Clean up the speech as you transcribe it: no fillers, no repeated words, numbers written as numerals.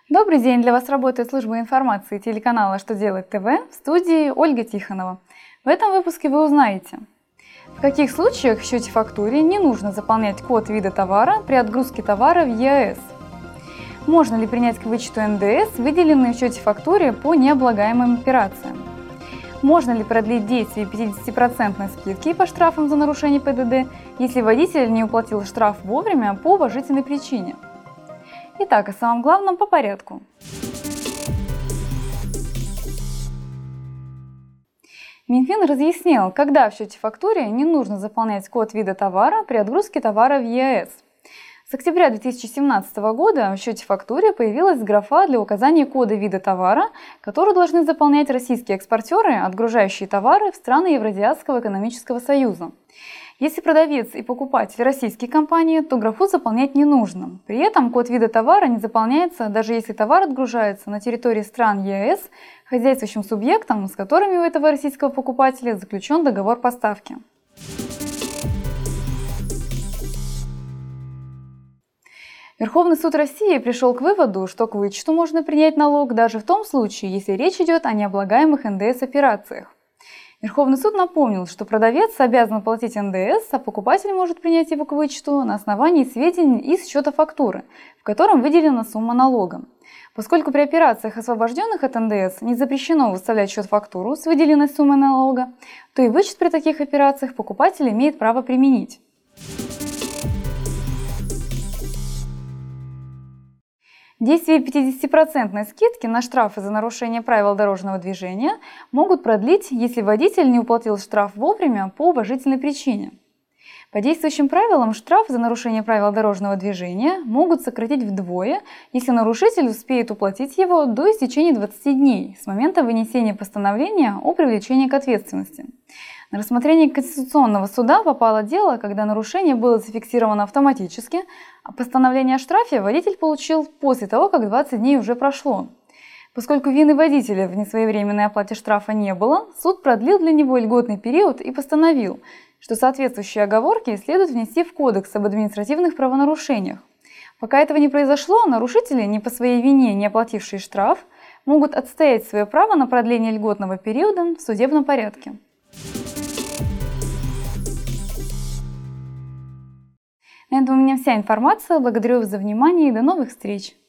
Добрый день! Для вас работает служба информации телеканала «Что делать ТВ», в студии Ольга Тихонова. В этом выпуске вы узнаете, в каких случаях в счете-фактуре не нужно заполнять код вида товара при отгрузке товара в ЕАЭС. Можно ли принять к вычету НДС, выделенные в счете-фактуре по необлагаемым операциям? Можно ли продлить действие 50% скидки по штрафам за нарушение ПДД, если водитель не уплатил штраф вовремя по уважительной причине? Итак, о самом главном по порядку. Минфин разъяснил, когда в счете-фактуре не нужно заполнять код вида товара при отгрузке товара в ЕАЭС. С октября 2017 года в счете-фактуре появилась графа для указания кода вида товара, которую должны заполнять российские экспортеры, отгружающие товары в страны Евразиатского экономического союза. Если продавец и покупатель российские компании, то графу заполнять не нужно. При этом код вида товара не заполняется, даже если товар отгружается на территории стран ЕАЭС хозяйствующим субъектом, с которыми у этого российского покупателя заключен договор поставки. Верховный суд России пришел к выводу, что к вычету можно принять налог даже в том случае, если речь идет о необлагаемых НДС-операциях. Верховный суд напомнил, что продавец обязан платить НДС, а покупатель может принять его к вычету на основании сведений из счета фактуры, в котором выделена сумма налога. Поскольку при операциях, освобожденных от НДС, не запрещено выставлять счет-фактуру с выделенной суммой налога, то и вычет при таких операциях покупатель имеет право применить. Действие 50% скидки на штрафы за нарушение правил дорожного движения могут продлить, если водитель не уплатил штраф вовремя по уважительной причине. По действующим правилам штраф за нарушение правил дорожного движения могут сократить вдвое, если нарушитель успеет уплатить его до истечения 20 дней с момента вынесения постановления о привлечении к ответственности. На рассмотрение Конституционного суда попало дело, когда нарушение было зафиксировано автоматически, а постановление о штрафе водитель получил после того, как 20 дней уже прошло. Поскольку вины водителя в несвоевременной оплате штрафа не было, суд продлил для него льготный период и постановил, что соответствующие оговорки следует внести в Кодекс об административных правонарушениях. Пока этого не произошло, нарушители, не по своей вине не оплатившие штраф, могут отстоять свое право на продление льготного периода в судебном порядке. На этом у меня вся информация. Благодарю вас за внимание и до новых встреч!